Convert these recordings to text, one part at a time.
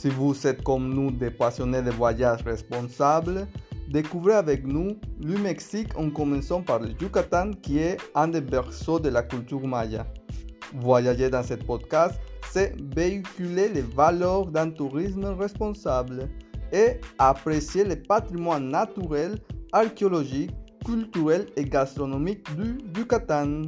Si vous êtes comme nous des passionnés de voyages responsables, découvrez avec nous le Mexique en commençant par le Yucatan qui est un des berceaux de la culture maya. Voyager dans ce podcast, c'est véhiculer les valeurs d'un tourisme responsable et apprécier le patrimoine naturel, archéologique, culturel et gastronomique du Yucatan.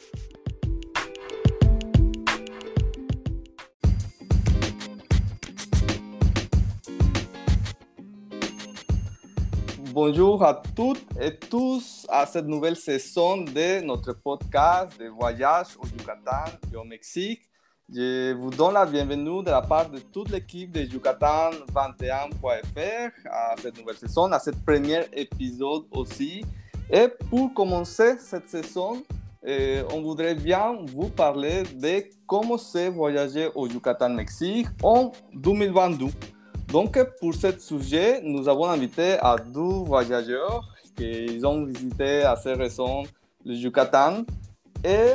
Bonjour à toutes et tous à cette nouvelle saison de notre podcast de voyage au Yucatan et au Mexique. Je vous donne la bienvenue de la part de toute l'équipe de Yucatan21.fr à cette nouvelle saison, à ce premier épisode aussi. Et pour commencer cette saison, on voudrait bien vous parler de comment c'est voyager au Yucatan-Mexique en 2022. Donc, pour ce sujet, nous avons invité à deux voyageurs qui ont visité assez récemment le Yucatan et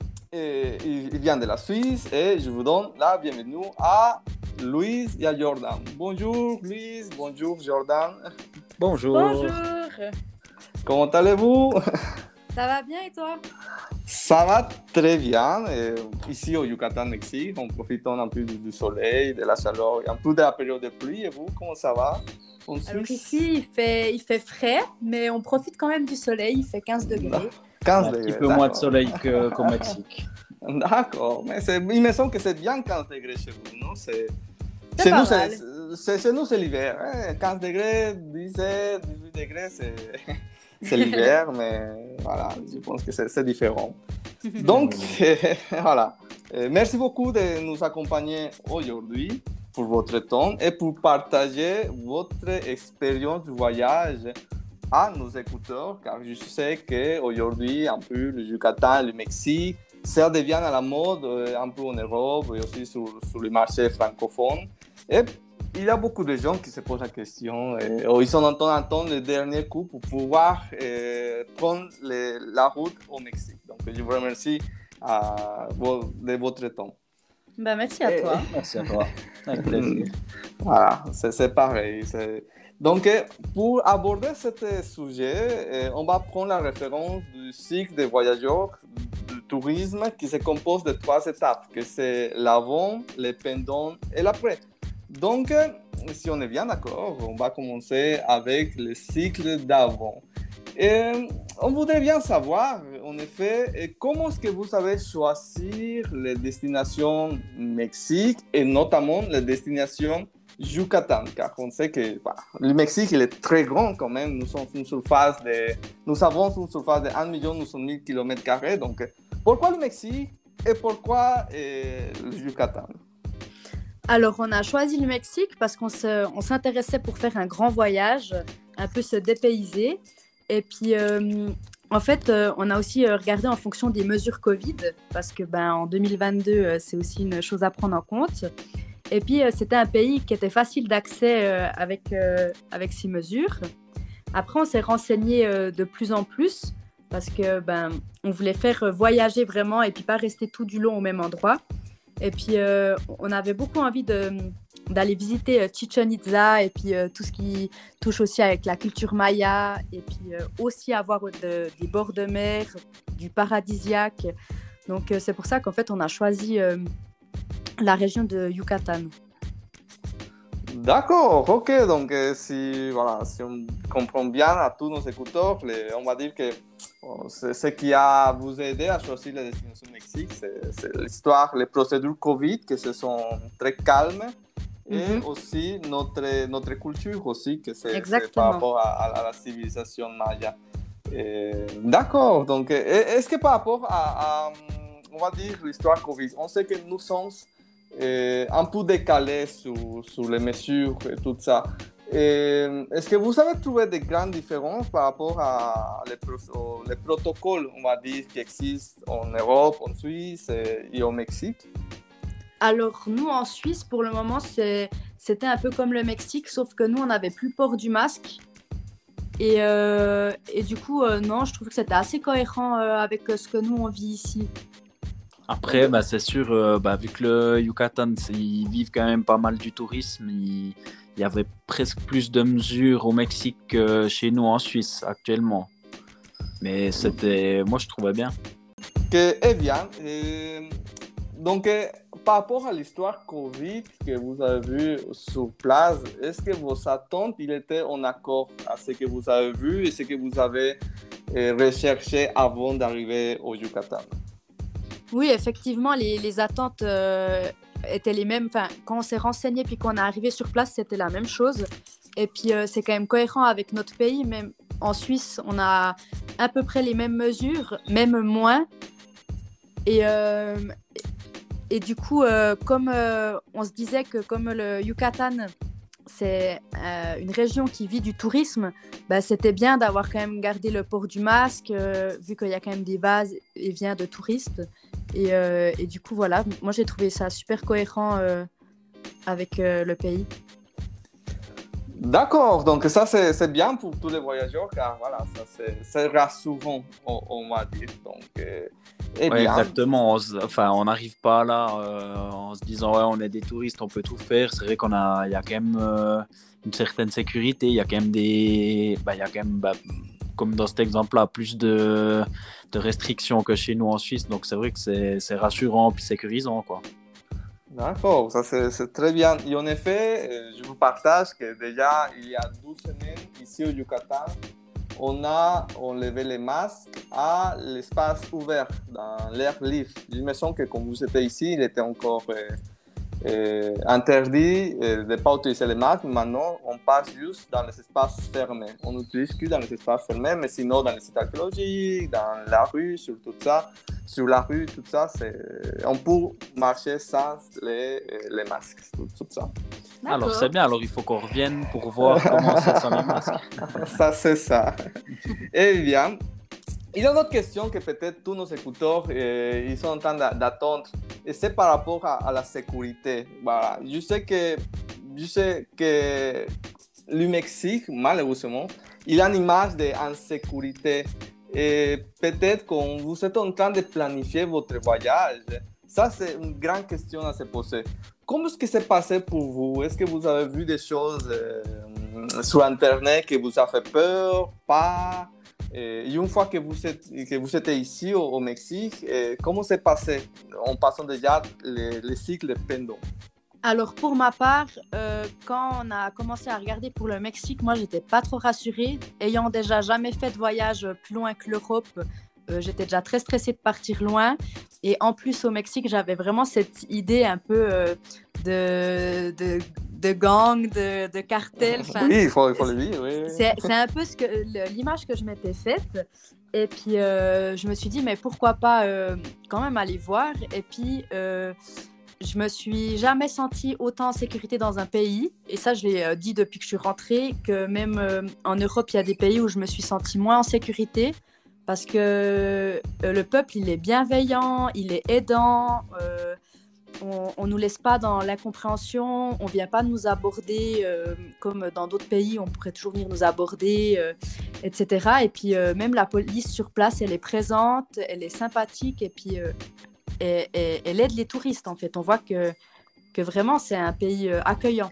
ils viennent de la Suisse et je vous donne la bienvenue à Louise et à Jordan. Bonjour Louise, bonjour Jordan. Bonjour. Bonjour. Comment allez-vous? Ça va bien et toi? Ça va très bien. Ici au Yucatan, Mexique, on profite un peu du soleil, de la chaleur, un peu de la période de pluie. Et vous, comment ça va en Suisse? Alors ici, il fait frais, mais on profite quand même du soleil. Il fait 15 degrés. 15 Un degrés, petit peu moins de soleil qu'au Mexique. D'accord, mais il me semble que c'est bien 15 degrés chez vous, non? C'est pas mal. Chez nous, c'est l'hiver. 15 degrés, 17, 18 degrés, c'est l'hiver, mais voilà, je pense que c'est différent. Donc, voilà. Merci beaucoup de nous accompagner aujourd'hui pour votre temps et pour partager votre expérience de voyage à nos écouteurs, car je sais qu'aujourd'hui, un peu le Yucatan, le Mexique, ça devient à la mode un peu en Europe et aussi sur le marché francophone. Et il y a beaucoup de gens qui se posent la question, ils sont en train le dernier coup pour pouvoir prendre la route au Mexique. Donc, je vous remercie de votre temps. Bah, merci à toi. Merci à toi. Avec plaisir. Voilà, c'est pareil. Donc, pour aborder ce sujet, on va prendre la référence du cycle des voyageurs du tourisme qui se compose de 3 étapes, que c'est l'avant, le pendant et l'après. Donc, si on est bien d'accord, on va commencer avec le cycle d'avant. Et on voudrait bien savoir, en effet, comment est-ce que vous avez choisi les destinations Mexique et notamment les destinations Yucatan, car on sait que le Mexique il est très grand quand même. Nous avons une surface de 1 900 000 km². Donc, pourquoi le Mexique et pourquoi le Yucatan? Alors, on a choisi le Mexique parce qu'on s'intéressait pour faire un grand voyage, un peu se dépayser. Et puis, en fait, on a aussi regardé en fonction des mesures Covid, parce que en 2022, c'est aussi une chose à prendre en compte. Et puis, c'était un pays qui était facile d'accès avec ces mesures. Après, on s'est renseigné de plus en plus, parce que on voulait faire voyager vraiment et puis pas rester tout du long au même endroit. Et puis, on avait beaucoup envie d'aller visiter Chichen Itza et puis tout ce qui touche aussi avec la culture maya et puis aussi avoir des bords de mer, du paradisiaque. Donc, c'est pour ça qu'en fait, on a choisi la région de Yucatan. D'accord, ok. Donc, si on comprend bien à tous nos écouteurs, on va dire que ce qui a vous aidé à choisir la destination Mexique, c'est l'histoire, les procédures Covid qui se sont très calmes et aussi notre culture aussi, que c'est par rapport à la civilisation maya. D'accord. Donc, est-ce que par rapport à on va dire l'histoire Covid, on sait que nous sommes un peu décalés sur les mesures et tout ça. Est-ce que vous avez trouvé de grandes différences par rapport à les protocoles, on va dire, qui existent en Europe, en Suisse et au Mexique? Alors, nous, en Suisse, pour le moment, c'était un peu comme le Mexique, sauf que nous, on n'avait plus port du masque. Et du coup, non, je trouve que c'était assez cohérent avec ce que nous, on vit ici. Après, bah, c'est sûr, bah, vu que le Yucatan, ils vivent quand même pas mal du tourisme, il y avait presque plus de mesures au Mexique que chez nous en Suisse actuellement. Mais moi je trouvais bien. Eh bien, donc, par rapport à l'histoire Covid que vous avez vue sur place, est-ce que vos attentes il étaient en accord à ce que vous avez vu et ce que vous avez recherché avant d'arriver au Yucatan? Oui, effectivement, les attentes étaient les mêmes. Enfin, quand on s'est renseigné puis qu'on est arrivé sur place, c'était la même chose. Et puis, c'est quand même cohérent avec notre pays. Même en Suisse, on a à peu près les mêmes mesures, même moins. Et, euh, et du coup, comme on se disait que comme le Yucatan, c'est une région qui vit du tourisme, bah, c'était bien d'avoir quand même gardé le port du masque, vu qu'il y a quand même des bases et vient de touristes. Et du coup, voilà, moi j'ai trouvé ça super cohérent avec le pays. D'accord, donc ça c'est bien pour tous les voyageurs car voilà, c'est rassurant, on va dire. Donc, eh Ouais, bien, exactement. Enfin, on n'arrive pas là en se disant ouais, on est des touristes, on peut tout faire. C'est vrai il y a quand même une certaine sécurité. Il y a quand même il y a quand même, comme dans cet exemple-là, plus de restrictions que chez nous en Suisse. Donc c'est vrai que c'est rassurant puis sécurisant, quoi. d'accord, ça c'est très bien. Et en effet, je vous partage que déjà il y a 12 semaines, ici au Yucatan, on a enlevé les masques à l'espace ouvert, dans l'air libre. Il me semble que quand vous étiez ici, il était encore interdit de ne pas utiliser les masques. Maintenant, on passe juste dans les espaces fermés. On n'utilise que dans les espaces fermés, mais sinon dans les sites archéologiques, dans la rue, sur tout ça, sur la rue, tout ça, on peut marcher sans les masques, tout ça. Alors c'est bien. Alors il faut qu'on revienne pour voir comment ça sent les masques. Ça, c'est ça. Eh bien, il y a une autre question que peut-être tous nos écouteurs ils sont en train d'attendre, et c'est par rapport à la sécurité. Voilà. Je sais que le Mexique, malheureusement, il a une image d'insécurité. Et peut-être quand vous êtes en train de planifier votre voyage, ça c'est une grande question à se poser. Comment est-ce que c'est passé pour vous? Est-ce que vous avez vu des choses sur Internet qui vous a fait peur? Pas? Et une fois que vous êtes ici au Mexique, comment c'est passé en passant déjà les cycles pendant? Alors pour ma part, quand on a commencé à regarder pour le Mexique, moi j'étais pas trop rassurée. Ayant déjà jamais fait de voyage plus loin que l'Europe, j'étais déjà très stressée de partir loin. Et en plus au Mexique, j'avais vraiment cette idée un peu de gang, de cartel. Enfin, Oui, il faut le dire. Oui. c'est un peu l'image que je m'étais faite. Et puis je me suis dit, mais pourquoi pas quand même aller voir. Et puis je me suis jamais sentie autant en sécurité dans un pays. Et ça, je l'ai dit depuis que je suis rentrée, que même en Europe, il y a des pays où je me suis sentie moins en sécurité. Parce que le peuple, il est bienveillant, il est aidant. On nous laisse pas dans l'incompréhension. On vient pas nous aborder comme dans d'autres pays. On pourrait toujours venir nous aborder, etc. Et puis même la police sur place, elle est présente, elle est sympathique. Et puis elle aide les touristes, en fait. On voit que vraiment, c'est un pays accueillant.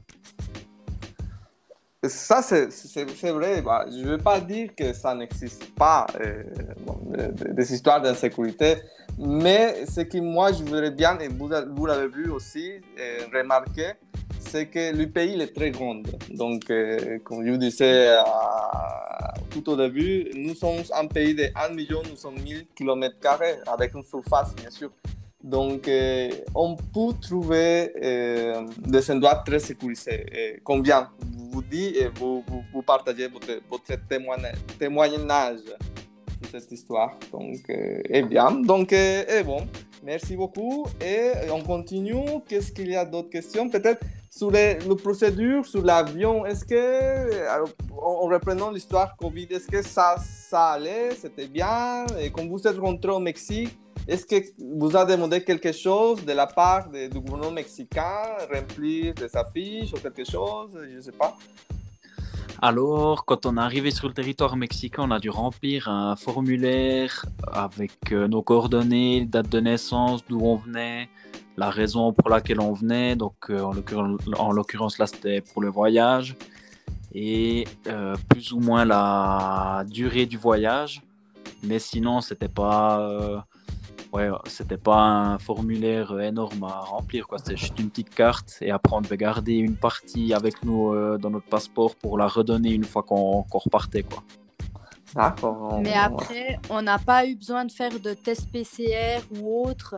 Ça, c'est vrai. Bah, je ne veux pas dire que ça n'existe pas, des histoires d'insécurité, mais ce que moi, je voudrais bien, et vous l'avez vu aussi, remarquer, c'est que le pays il est très grand. Donc, comme je vous disais tout au début, nous sommes un pays de 1 million, nous sommes 1000 km², avec une surface, bien sûr. Donc, on peut trouver des endroits très sécurisés. Combien vous dites et vous partagez votre témoignage sur cette histoire. Donc, eh bien. Donc, bon, merci beaucoup. Et on continue. Qu'est-ce qu'il y a d'autres questions? Peut-être sur les procédures, sur l'avion. Est-ce que, alors, en reprenant l'histoire Covid, est-ce que ça allait? C'était bien? Et quand vous êtes rentré au Mexique, est-ce que vous avez demandé quelque chose de la part du gouvernement mexicain, remplir des affiches ou quelque chose? Je ne sais pas. Alors, quand on est arrivé sur le territoire mexicain, on a dû remplir un formulaire avec nos coordonnées, date de naissance, d'où on venait, la raison pour laquelle on venait. Donc, en l'occurrence, là, c'était pour le voyage. Et plus ou moins la durée du voyage. Mais sinon, c'était pas un formulaire énorme à remplir, quoi. C'était juste une petite carte et après on devait garder une partie avec nous dans notre passeport pour la redonner une fois qu'on repartait, quoi. D'accord. Mais après, on n'a pas eu besoin de faire de test PCR ou autre.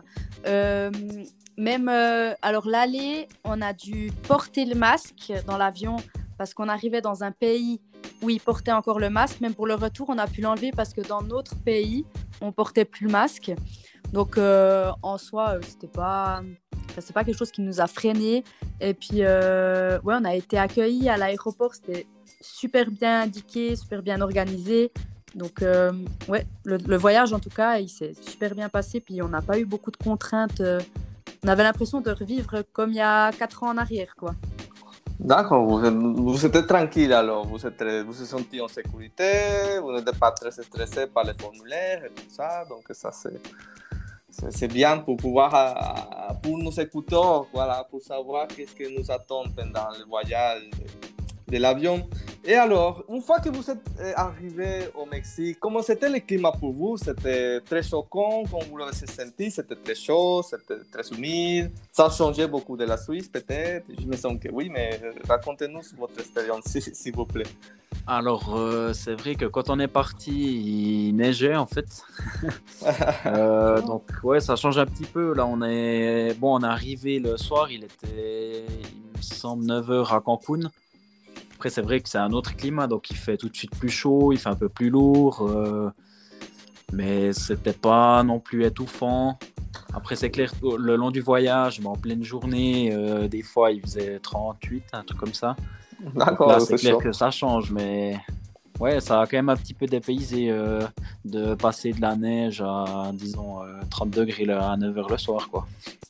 Alors l'aller, on a dû porter le masque dans l'avion parce qu'on arrivait dans un pays où ils portaient encore le masque. Même pour le retour, on a pu l'enlever parce que dans notre pays, on portait plus le masque. Donc en soi, c'est pas quelque chose qui nous a freinés. Et puis on a été accueillis à l'aéroport, c'était super bien indiqué, super bien organisé. Donc le voyage en tout cas, il s'est super bien passé. Puis on n'a pas eu beaucoup de contraintes. On avait l'impression de revivre comme il y a 4 ans en arrière, quoi. D'accord, vous êtes tranquille alors, vous vous sentez en sécurité, vous n'êtes pas très stressé par les formulaires et tout ça, donc ça c'est bien pour pouvoir, pour nos écouteurs, voilà, pour savoir qu'est-ce que nous attend pendant le voyage de l'avion. Et alors, une fois que vous êtes arrivé au Mexique, comment c'était le climat pour vous? C'était très choquant, comme vous l'avez senti? C'était très chaud, c'était très humide? Ça a changé beaucoup de la Suisse, peut-être? Je me sens que oui, mais racontez-nous votre expérience, s'il vous plaît. Alors, c'est vrai que quand on est parti, il neigeait en fait. Donc, ouais, ça change un petit peu. Là, on est arrivé le soir, il me semble, 9h à Cancun. Après, c'est vrai que c'est un autre climat, donc il fait tout de suite plus chaud, il fait un peu plus lourd, mais c'était pas non plus étouffant. Après, c'est clair, le long du voyage, en pleine journée, des fois, il faisait 38, un truc comme ça. D'accord, là, c'est clair chaud. que ça change, mais ouais, ça a quand même un petit peu dépaysé de passer de la neige à, disons, 30 degrés à 9h le soir, quoi.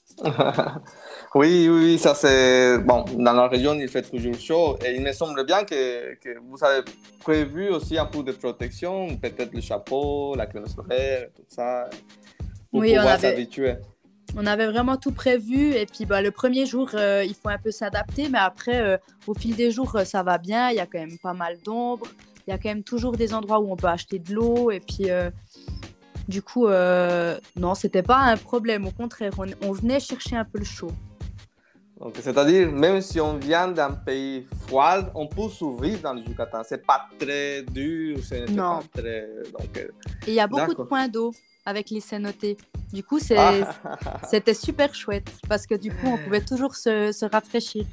Oui, ça c'est... Bon, dans la région, il fait toujours chaud et il me semble bien que vous avez prévu aussi un peu de protection, peut-être le chapeau, la crème solaire, tout ça, pour Oui, pouvoir s'habituer. On avait vraiment tout prévu et puis le premier jour, il faut un peu s'adapter, mais après, au fil des jours, ça va bien, il y a quand même pas mal d'ombre, il y a quand même toujours des endroits où on peut acheter de l'eau et puis... Du coup, non, c'était pas un problème. Au contraire, on venait chercher un peu le chaud. Donc, c'est-à-dire, même si on vient d'un pays froid, on peut survivre dans le Yucatan. C'est pas très dur, c'est pas très... Donc, et il y a beaucoup de points d'eau avec les cénotes. Du coup, c'était super chouette parce que du coup, on pouvait toujours se rafraîchir.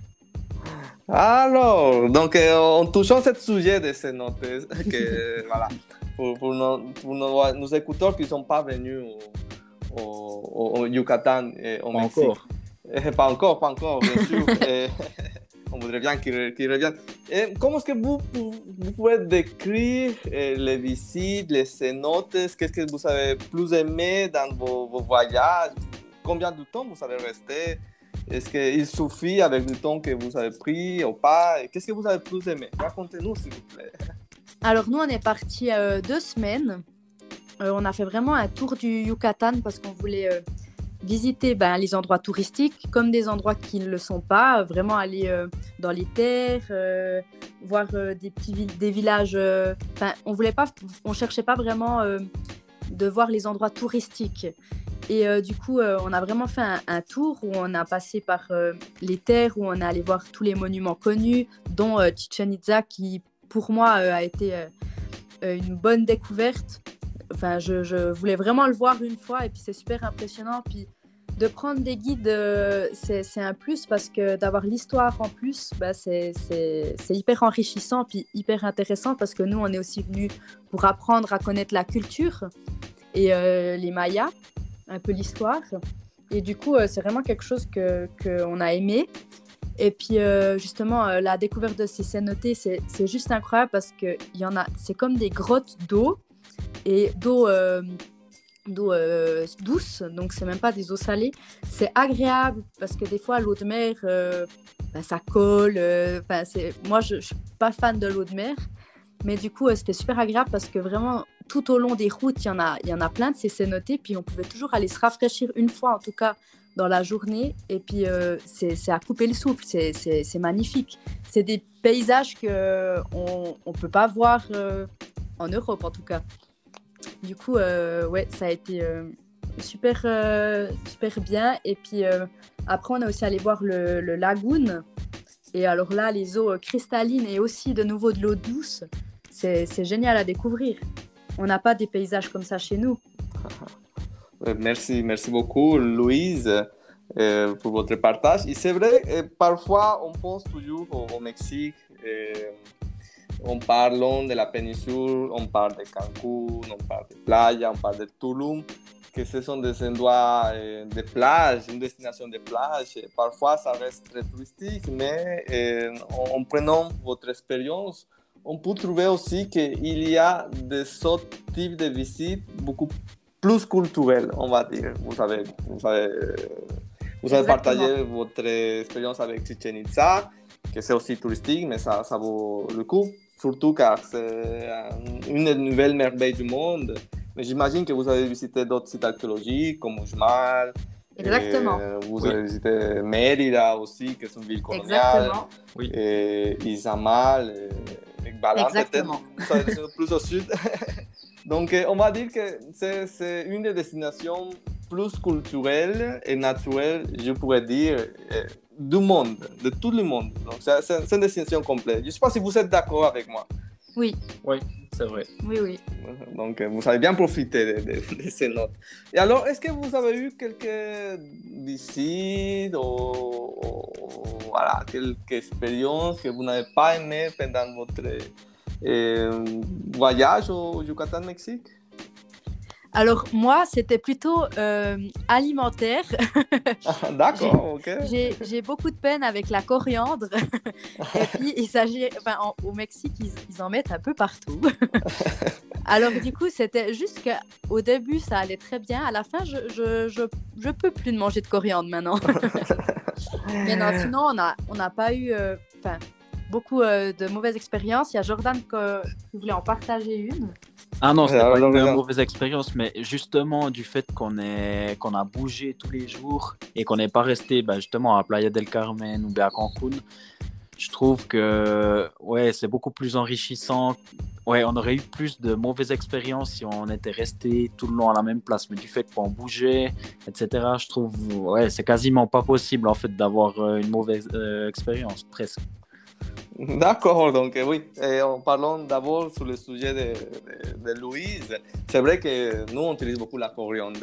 Alors, donc, en touchant ce sujet de cénotes, voilà, pour nos écouteurs qui ne sont pas venus au Yucatan et au Mexique. Pas encore, bien sûr. On voudrait bien qu'ils reviennent. Comment est-ce que vous pouvez décrire les visites, les cénotes? Qu'est-ce que vous avez plus aimé dans vos voyages? Combien de temps vous avez resté? Est-ce qu'il suffit avec le temps que vous avez pris ou pas? Qu'est-ce que vous avez plus aimé? Racontez-nous, s'il vous plaît. Alors, nous, on est partis 2 semaines. On a fait vraiment un tour du Yucatan parce qu'on voulait visiter les endroits touristiques comme des endroits qui ne le sont pas. Vraiment aller dans les terres, voir des villages. On cherchait pas vraiment de voir les endroits touristiques. Et du coup, on a vraiment fait un tour où on a passé par les terres, où on est allé voir tous les monuments connus, dont Chichen Itza, qui pour moi a été une bonne découverte. Enfin, je voulais vraiment le voir une fois et puis c'est super impressionnant. Puis de prendre des guides, c'est un plus parce que d'avoir l'histoire en plus, c'est hyper enrichissant puis hyper intéressant parce que nous, on est aussi venus pour apprendre à connaître la culture et les Mayas, un peu l'histoire. Et du coup, c'est vraiment quelque chose qu'on a aimé. Et puis, justement, la découverte de ces cénotes, c'est juste incroyable parce que c'est comme des grottes d'eau et d'eau douce, donc c'est même pas des eaux salées. C'est agréable parce que des fois, l'eau de mer, ça colle. Moi, je ne suis pas fan de l'eau de mer. Mais du coup, c'était super agréable parce que vraiment, tout au long des routes, il y en a plein de ces cénotes. Puis on pouvait toujours aller se rafraîchir une fois, en tout cas, dans la journée. Et puis, c'est à couper le souffle. C'est magnifique. C'est des paysages qu'on ne peut pas voir en Europe, en tout cas. Du coup, ouais, ça a été super bien. Et puis, après, on est aussi allé voir le lagoon. Et alors là, les eaux cristallines et aussi de nouveau de l'eau douce, c'est génial à découvrir. On n'a pas des paysages comme ça chez nous. Merci beaucoup, Louise, pour votre partage. Et c'est vrai, parfois, on pense toujours au Mexique. On parle de la péninsule, on parle de Cancún, on parle de playa, on parle de Tulum, que ce sont des endroits de plage, une destination de plage. Parfois, ça reste très touristique, mais en prenant votre expérience, on peut trouver aussi qu'il y a des autres types de visites beaucoup plus culturelles, on va dire. Vous avez partagé votre expérience avec Chichen Itza, que c'est aussi touristique, mais ça vaut le coup, surtout car c'est une nouvelle merveille du monde. Mais j'imagine que vous avez visité d'autres sites archéologiques comme Uxmal. Exactement. Vous avez visité Mérida aussi, qui est une ville coloniale. Exactement. Oui. Izamal, Balan, exactement. Peut-être, plus au sud. Donc, on va dire que c'est une des destinations plus culturelles et naturelles, je pourrais dire, du monde, de tout le monde. Donc, c'est une destination complète. Je ne sais pas si vous êtes d'accord avec moi. Oui. Oui, c'est vrai. Oui. Donc, vous avez bien profité de ces notes. Et alors, est-ce que vous avez eu quelques visites ou voilà, quelques expériences que vous n'avez pas aimées pendant votre voyage au Yucatan, Mexique? Alors, moi, c'était plutôt alimentaire. D'accord, ok. J'ai beaucoup de peine avec la coriandre. Et puis, au Mexique, ils en mettent un peu partout. Alors, du coup, c'était juste qu'au début, ça allait très bien. À la fin, je peux plus de manger de coriandre maintenant. Mais non, sinon, on n'a pas eu beaucoup de mauvaises expériences. Il y a Jordan qui voulait en partager une. Ah non, c'était pas une mauvaise expérience, mais justement du fait qu'on a bougé tous les jours et qu'on n'est pas resté justement à Playa del Carmen ou à Cancun, je trouve que ouais, c'est beaucoup plus enrichissant. Ouais, on aurait eu plus de mauvaises expériences si on était resté tout le long à la même place, mais du fait qu'on bougeait, etc., je trouve ouais, c'est quasiment pas possible en fait d'avoir une mauvaise expérience, presque. D'accord, donc oui, en parlant d'abord sur le sujet de Louise, c'est vrai que nous, on utilise beaucoup la coriandre.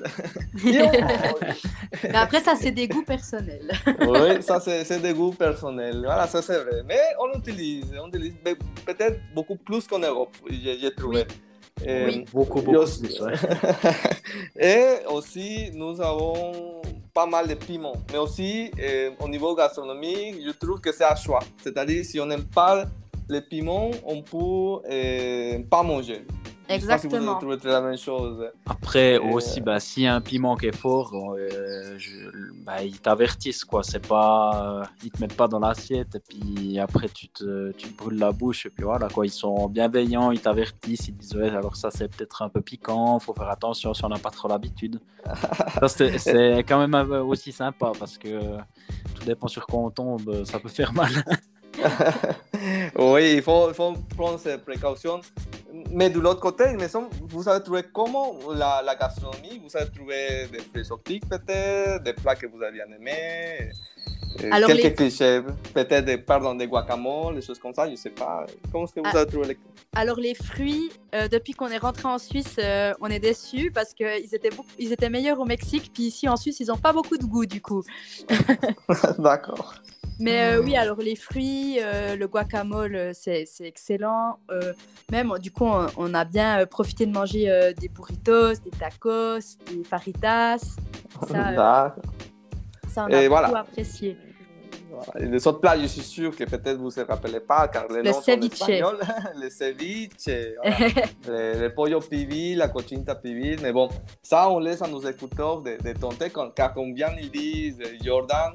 Mais après, ça, c'est des goûts personnels. Oui, ça, c'est des goûts personnels. Voilà, ça, c'est vrai. Mais on utilise peut-être beaucoup plus qu'en Europe, j'ai trouvé. Oui. Beaucoup plus. Ouais. Et aussi, nous avons pas mal de piments. Mais aussi, au niveau gastronomique, je trouve que c'est à choix. C'est-à-dire, si on n'aime pas les piments, on peut pas manger. Exactement. Je ne sais pas si vous avez trouvé la même chose. Après, aussi, s'il y a un piment qui est fort, ils t'avertissent, quoi. C'est pas, ils te mettent pas dans l'assiette et puis après, tu te brûles la bouche et puis voilà, quoi. Ils sont bienveillants, ils t'avertissent, ils disent, ouais, alors ça, c'est peut-être un peu piquant, faut faire attention si on n'a pas trop l'habitude. Ça, c'est quand même aussi sympa parce que tout dépend sur quoi on tombe, ça peut faire mal. Oui, il faut prendre ces précautions. Mais de l'autre côté, vous avez trouvé comment la gastronomie? Vous avez trouvé des fruits exotiques peut-être, des plats que vous avez bien aimés, quelques clichés, peut-être des guacamoles, des choses comme ça, je ne sais pas. Comment est-ce que vous avez trouvé les... Alors les fruits, depuis qu'on est rentré en Suisse, on est déçus parce qu'ils étaient meilleurs au Mexique, puis ici en Suisse, ils n'ont pas beaucoup de goût du coup. D'accord. Mais oui, alors les fruits, le guacamole, c'est excellent. Même, du coup, on a bien profité de manger des burritos, des tacos, des faritas. Ça, on a beaucoup apprécié. Voilà. Et les autres plats, je suis sûr que peut-être vous ne vous rappelez pas, car les noms sont espagnols. Le ceviche, voilà. le pollo pibil, la cochinita pibil. Mais bon, ça, on laisse à nos écouteurs de tenter, car comme bien ils disent, Jordan,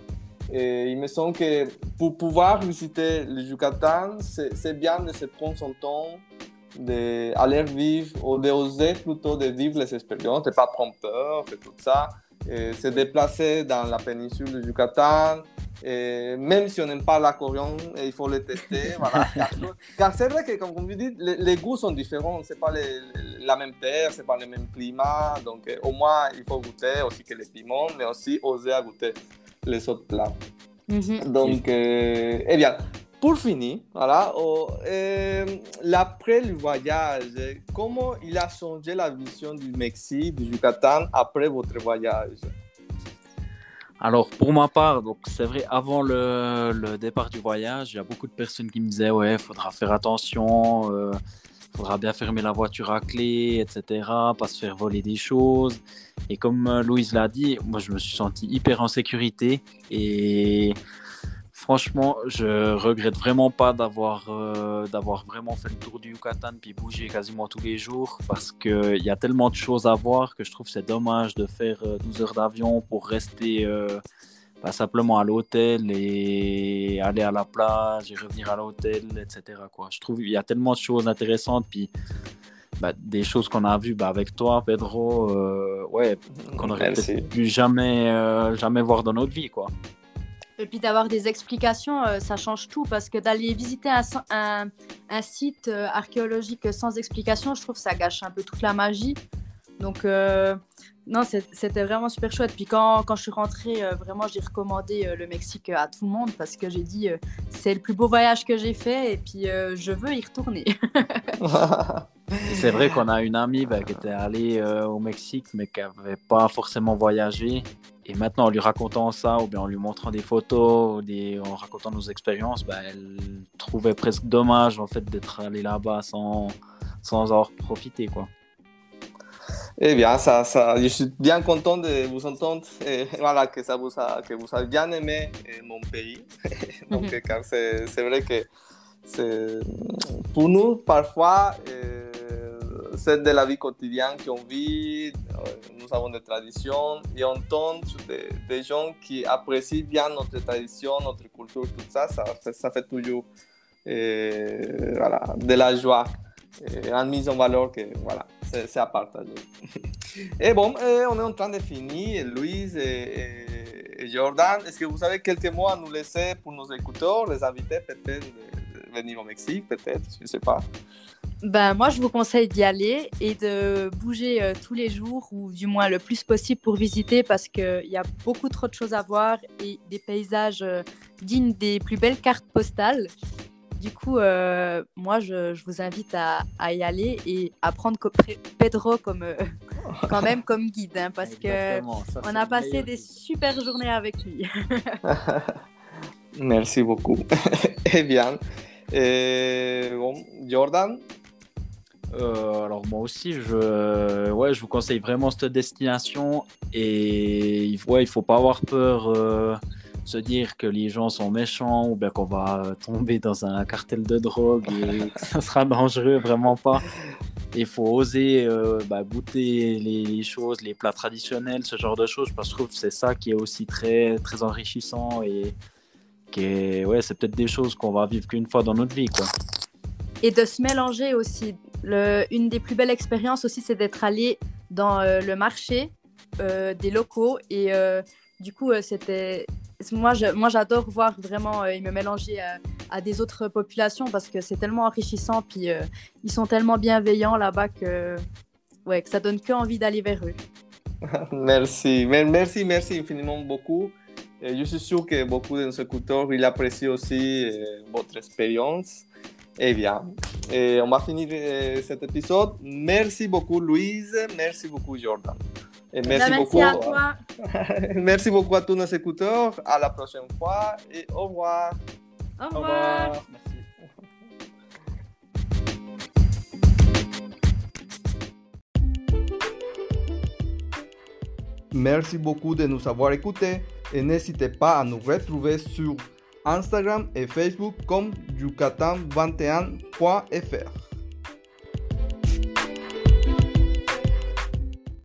Et il me semble que pour pouvoir visiter le Yucatan, c'est bien de se prendre son temps, d'aller vivre, ou d'oser plutôt de vivre les expériences, de ne pas prendre peur et tout ça. Et se déplacer dans la péninsule du Yucatan. Et même si on n'aime pas l'accordéon, il faut le tester. Voilà. Car c'est vrai que, comme vous dites, les goûts sont différents. Ce n'est pas la même terre, ce n'est pas le même climat. Donc, au moins, il faut goûter aussi que les piments, mais aussi oser à goûter les autres plats. Donc, eh bien, pour finir, voilà, l'après le voyage, comment il a changé la vision du Mexique, du Yucatan, après votre voyage? Alors, pour ma part, donc c'est vrai, avant le départ du voyage, il y a beaucoup de personnes qui me disaient ouais, il faudra faire attention, faudra bien fermer la voiture à clé, etc., pas se faire voler des choses. Et comme Louise l'a dit, moi je me suis senti hyper en sécurité et franchement, je regrette vraiment pas d'avoir vraiment fait le tour du Yucatan puis bougé quasiment tous les jours parce qu'il y a tellement de choses à voir que je trouve que c'est dommage de faire 12 heures d'avion pour rester simplement à l'hôtel et aller à la plage et revenir à l'hôtel, etc., quoi. Je trouve qu'il y a tellement de choses intéressantes puis des choses qu'on a vues avec toi, Pedro, qu'on n'aurait peut-être pu jamais voir dans notre vie, quoi. Et puis d'avoir des explications, ça change tout parce que d'aller visiter un site archéologique sans explication, je trouve que ça gâche un peu toute la magie. Donc, non, c'était vraiment super chouette. Puis quand je suis rentrée, vraiment, j'ai recommandé le Mexique à tout le monde parce que j'ai dit c'est le plus beau voyage que j'ai fait et puis je veux y retourner. C'est vrai qu'on a une amie qui était allée au Mexique mais qui n'avait pas forcément voyagé. Et maintenant, en lui racontant ça, ou bien en lui montrant des photos, en racontant nos expériences, elle trouvait presque dommage en fait, d'être allée là-bas sans en profiter, quoi. Eh bien, je suis bien content de vous entendre et voilà, que vous avez bien aimé mon pays. Donc, car c'est vrai que pour nous, parfois, c'est de la vie quotidienne qu'on vit, nous avons des traditions et on entend des gens qui apprécient bien notre tradition, notre culture, tout ça, ça fait toujours de la joie. Une mise en valeur que voilà, c'est à partager. Et bon, on est en train de finir, Louise et Jordan. Est-ce que vous avez quelques mots à nous laisser pour nos écouteurs, les invités peut-être de venir au Mexique, peut-être, je ne sais pas. Moi, je vous conseille d'y aller et de bouger tous les jours ou du moins le plus possible pour visiter parce qu'il y a beaucoup trop de choses à voir et des paysages dignes des plus belles cartes postales. Du coup, moi, je vous invite à y aller et à prendre Pedro quand même comme guide parce qu'on a passé des super journées avec lui. Merci beaucoup. Eh bien, bon, Jordan? Alors moi aussi, je vous conseille vraiment cette destination et il faut pas avoir peur se dire que les gens sont méchants ou bien qu'on va tomber dans un cartel de drogue et que ça sera dangereux, vraiment pas. Il faut oser goûter les choses, les plats traditionnels, ce genre de choses, parce que je trouve que c'est ça qui est aussi très, très enrichissant et c'est peut-être des choses qu'on va vivre qu'une fois dans notre vie, quoi. Et de se mélanger aussi. Une des plus belles expériences aussi, c'est d'être allé dans le marché des locaux et du coup, moi j'adore voir vraiment et me mélanger à des autres populations parce que c'est tellement enrichissant puis ils sont tellement bienveillants là-bas que ça donne que envie d'aller vers eux. Merci infiniment beaucoup. Et je suis sûr que beaucoup de nos écouteurs ils apprécient aussi votre expérience. Eh bien, on va finir cet épisode. Merci beaucoup Louise, merci beaucoup Jordan. Et merci beaucoup à toi. Merci beaucoup à tous nos écouteurs. À la prochaine fois et au revoir. Au revoir. Merci. Merci beaucoup de nous avoir écoutés et n'hésitez pas à nous retrouver sur Instagram et Facebook comme yucatan21.fr.